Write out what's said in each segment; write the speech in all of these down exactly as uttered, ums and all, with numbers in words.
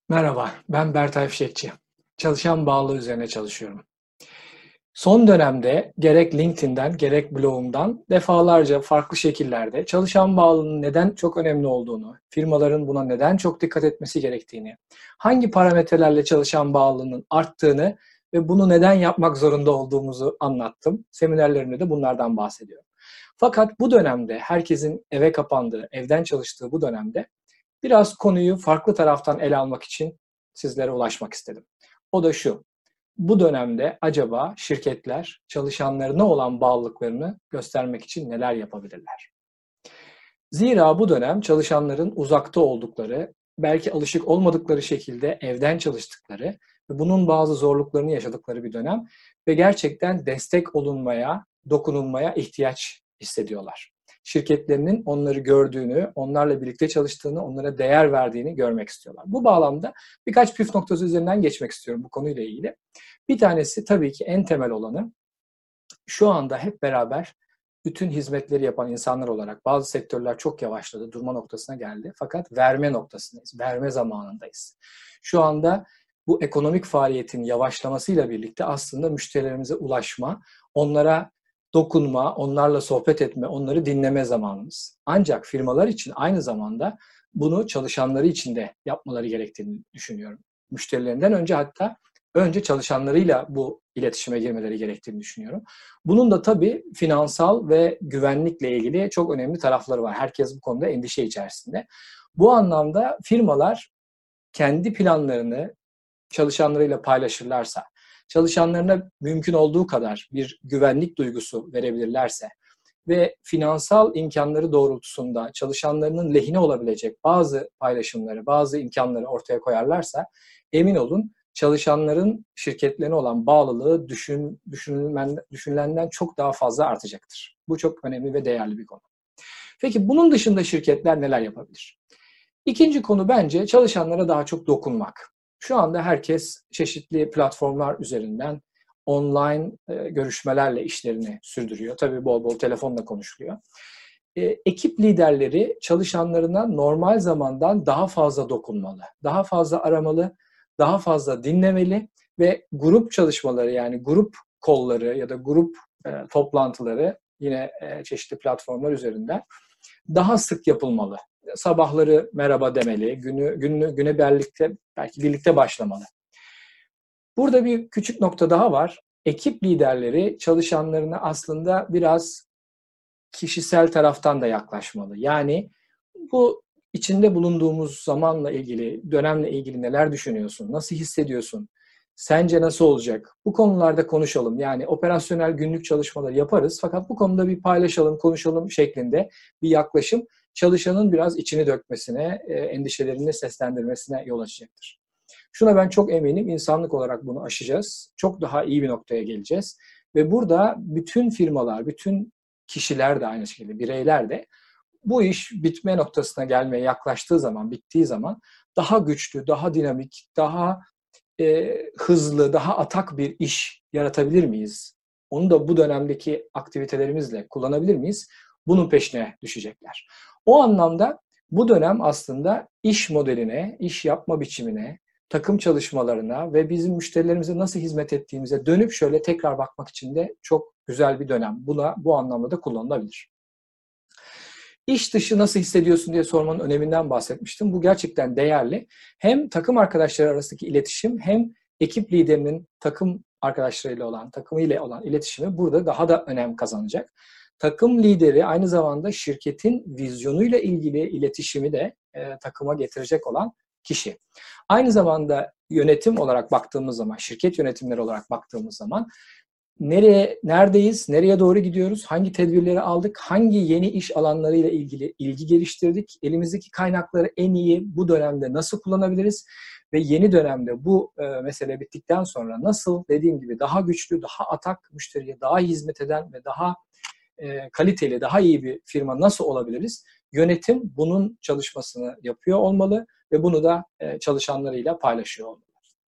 Merhaba, ben Bertay Fişekçi. Çalışan bağlılığı üzerine çalışıyorum. Son dönemde gerek LinkedIn'den gerek blogumdan defalarca farklı şekillerde çalışan bağlılığının neden çok önemli olduğunu, firmaların buna neden çok dikkat etmesi gerektiğini, hangi parametrelerle çalışan bağlılığının arttığını ve bunu neden yapmak zorunda olduğumuzu anlattım. Seminerlerimde de bunlardan bahsediyorum. Fakat bu dönemde herkesin eve kapandığı, evden çalıştığı bu dönemde biraz konuyu farklı taraftan ele almak için sizlere ulaşmak istedim. O da şu: bu dönemde acaba şirketler çalışanlarına olan bağlılıklarını göstermek için neler yapabilirler? Zira bu dönem çalışanların uzakta oldukları, belki alışık olmadıkları şekilde evden çalıştıkları ve bunun bazı zorluklarını yaşadıkları bir dönem ve gerçekten destek olunmaya, dokunulmaya ihtiyaç hissediyorlar. Şirketlerinin onları gördüğünü, onlarla birlikte çalıştığını, onlara değer verdiğini görmek istiyorlar. Bu bağlamda birkaç püf noktası üzerinden geçmek istiyorum bu konuyla ilgili. Bir tanesi tabii ki en temel olanı, şu anda hep beraber bütün hizmetleri yapan insanlar olarak bazı sektörler çok yavaşladı, durma noktasına geldi. Fakat verme noktasındayız, verme zamanındayız. Şu anda bu ekonomik faaliyetin yavaşlamasıyla birlikte aslında müşterilerimize ulaşma, onlara dokunma, onlarla sohbet etme, onları dinleme zamanımız. Ancak firmalar için aynı zamanda bunu çalışanları için de yapmaları gerektiğini düşünüyorum. Müşterilerinden önce, hatta önce çalışanlarıyla bu iletişime girmeleri gerektiğini düşünüyorum. Bunun da tabii finansal ve güvenlikle ilgili çok önemli tarafları var. Herkes bu konuda endişe içerisinde. Bu anlamda firmalar kendi planlarını çalışanlarıyla paylaşırlarsa, çalışanlarına mümkün olduğu kadar bir güvenlik duygusu verebilirlerse ve finansal imkanları doğrultusunda çalışanlarının lehine olabilecek bazı paylaşımları, bazı imkanları ortaya koyarlarsa, emin olun çalışanların şirketlerine olan bağlılığı düşün, düşünülenden çok daha fazla artacaktır. Bu çok önemli ve değerli bir konu. Peki bunun dışında şirketler neler yapabilir? İkinci konu bence çalışanlara daha çok dokunmak. Şu anda herkes çeşitli platformlar üzerinden online e, görüşmelerle işlerini sürdürüyor. Tabii bol bol telefonla konuşuluyor. E, ekip liderleri çalışanlarına normal zamandan daha fazla dokunmalı, daha fazla aramalı, daha fazla dinlemeli ve grup çalışmaları, yani grup kolları ya da grup e, toplantıları yine e, çeşitli platformlar üzerinden daha sık yapılmalı. Sabahları merhaba demeli, günü, günü güne birlikte, belki birlikte başlamalı. Burada bir küçük nokta daha var. Ekip liderleri çalışanlarına aslında biraz kişisel taraftan da yaklaşmalı. Yani bu içinde bulunduğumuz zamanla ilgili, dönemle ilgili neler düşünüyorsun, nasıl hissediyorsun, sence nasıl olacak? Bu konularda konuşalım. Yani operasyonel günlük çalışmaları yaparız fakat bu konuda bir paylaşalım, konuşalım şeklinde bir yaklaşım çalışanın biraz içini dökmesine, endişelerini seslendirmesine yol açacaktır. Şuna ben çok eminim, insanlık olarak bunu aşacağız. Çok daha iyi bir noktaya geleceğiz. Ve burada bütün firmalar, bütün kişiler de aynı şekilde, bireyler de bu iş bitme noktasına gelmeye yaklaştığı zaman, bittiği zaman daha güçlü, daha dinamik, daha e, hızlı, daha atak bir iş yaratabilir miyiz? Onu da bu dönemdeki aktivitelerimizle kullanabilir miyiz? Bunun peşine düşecekler. O anlamda bu dönem aslında iş modeline, iş yapma biçimine, takım çalışmalarına ve bizim müşterilerimize nasıl hizmet ettiğimize dönüp şöyle tekrar bakmak için de çok güzel bir dönem. Buna bu anlamda da kullanılabilir. İş dışı nasıl hissediyorsun diye sormanın öneminden bahsetmiştim. Bu gerçekten değerli. Hem takım arkadaşları arasındaki iletişim hem ekip liderinin takım arkadaşlarıyla olan, takımıyla olan iletişimi burada daha da önem kazanacak. Takım lideri aynı zamanda şirketin vizyonuyla ilgili iletişimi de e, takıma getirecek olan kişi. Aynı zamanda yönetim olarak baktığımız zaman, şirket yönetimleri olarak baktığımız zaman nereye, neredeyiz, nereye doğru gidiyoruz, hangi tedbirleri aldık, hangi yeni iş alanlarıyla ilgili ilgi geliştirdik, elimizdeki kaynakları en iyi bu dönemde nasıl kullanabiliriz ve yeni dönemde bu e, mesele bittikten sonra nasıl, dediğim gibi, daha güçlü, daha atak, müşteriye daha iyi hizmet eden ve daha e, kaliteli, daha iyi bir firma nasıl olabiliriz? Yönetim bunun çalışmasını yapıyor olmalı ve bunu da e, çalışanlarıyla paylaşıyor olmalı.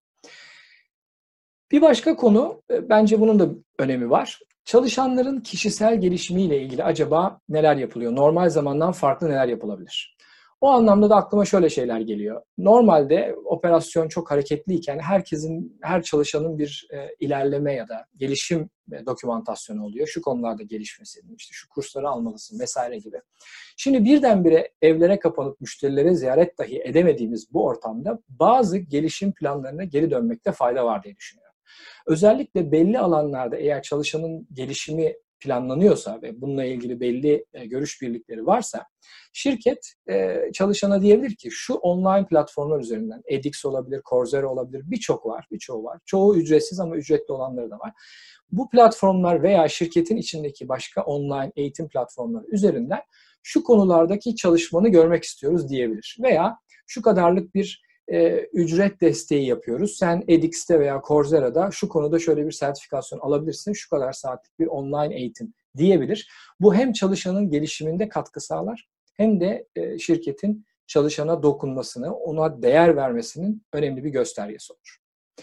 Bir başka konu, bence bunun da önemi var. Çalışanların kişisel gelişimiyle ilgili acaba neler yapılıyor? Normal zamandan farklı neler yapılabilir? O anlamda da aklıma şöyle şeyler geliyor. Normalde operasyon çok hareketliyken herkesin, her çalışanın bir e, ilerleme ya da gelişim e, dokümantasyonu oluyor. Şu konularda gelişmesini, işte şu kursları almalısın vesaire gibi. Şimdi birdenbire evlere kapanıp müşterilere ziyaret dahi edemediğimiz bu ortamda bazı gelişim planlarına geri dönmekte fayda var diye düşünüyorum. Özellikle belli alanlarda eğer çalışanın gelişimi planlanıyorsa ve bununla ilgili belli e, görüş birlikleri varsa şirket e, çalışana diyebilir ki şu online platformlar üzerinden edX olabilir, Coursera olabilir, birçok var, birçoğu var. Çoğu ücretsiz ama ücretli olanları da var. Bu platformlar veya şirketin içindeki başka online eğitim platformları üzerinden şu konulardaki çalışmanı görmek istiyoruz diyebilir. Veya şu kadarlık bir e, ücret desteği yapıyoruz. Sen edX'te veya Coursera'da şu konuda şöyle bir sertifikasyon alabilirsin. Şu kadar saatlik bir online eğitim diyebilir. Bu hem çalışanın gelişiminde katkı sağlar hem de e, şirketin çalışana dokunmasını, ona değer vermesinin önemli bir göstergesi olur.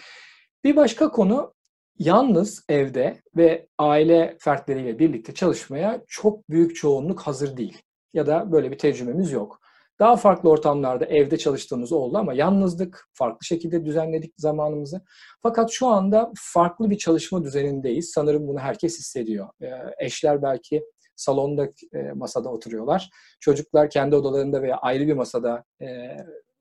Bir başka konu, yalnız evde ve aile fertleriyle birlikte çalışmaya çok büyük çoğunluk hazır değil. Ya da böyle bir tecrübemiz yok. Daha farklı ortamlarda evde çalıştığımız oldu ama yalnızdık, farklı şekilde düzenledik zamanımızı. Fakat şu anda farklı bir çalışma düzenindeyiz. Sanırım bunu herkes hissediyor. Ee, eşler belki salonda e, masada oturuyorlar. Çocuklar kendi odalarında veya ayrı bir masada e,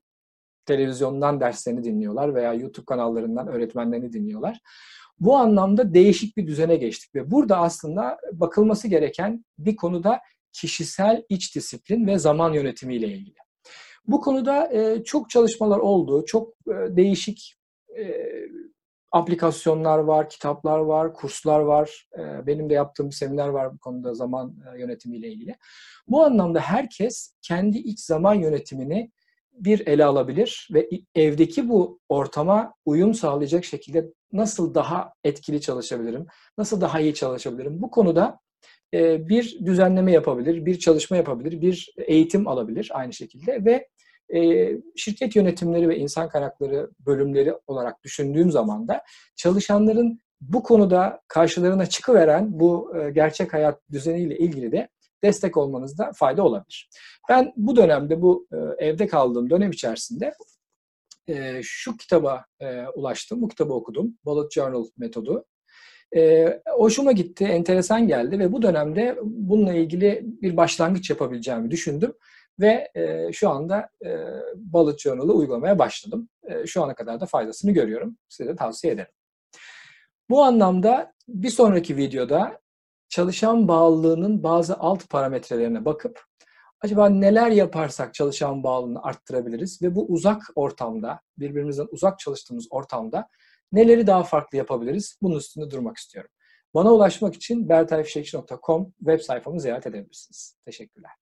televizyondan derslerini dinliyorlar veya YouTube kanallarından öğretmenlerini dinliyorlar. Bu anlamda değişik bir düzene geçtik ve burada aslında bakılması gereken bir konuda kişisel iç disiplin ve zaman yönetimiyle ilgili. Bu konuda e, çok çalışmalar oldu, çok e, değişik e, aplikasyonlar var, kitaplar var, kurslar var. E, benim de yaptığım bir seminer var bu konuda zaman e, yönetimiyle ilgili. Bu anlamda herkes kendi iç zaman yönetimini bir ele alabilir ve evdeki bu ortama uyum sağlayacak şekilde nasıl daha etkili çalışabilirim, nasıl daha iyi çalışabilirim? Bu konuda e, bir düzenleme yapabilir, bir çalışma yapabilir, bir eğitim alabilir aynı şekilde ve e, şirket yönetimleri ve insan kaynakları bölümleri olarak düşündüğüm zaman da çalışanların bu konuda karşılarına çıkıveren bu e, gerçek hayat düzeniyle ilgili de destek olmanızda fayda olabilir. Ben bu dönemde, bu e, evde kaldığım dönem içerisinde e, şu kitaba e, ulaştım, bu kitabı okudum. Bullet Journal metodu. E, hoşuma gitti, enteresan geldi ve bu dönemde bununla ilgili bir başlangıç yapabileceğimi düşündüm. Ve e, şu anda e, Bullet Journal'ı uygulamaya başladım. E, şu ana kadar da faydasını görüyorum. Size de tavsiye ederim. Bu anlamda bir sonraki videoda çalışan bağlılığının bazı alt parametrelerine bakıp acaba neler yaparsak çalışan bağlılığını arttırabiliriz ve bu uzak ortamda, birbirimizden uzak çalıştığımız ortamda neleri daha farklı yapabiliriz? Bunun üstünde durmak istiyorum. Bana ulaşmak için bertayfişekçi nokta com web sayfamı ziyaret edebilirsiniz. Teşekkürler.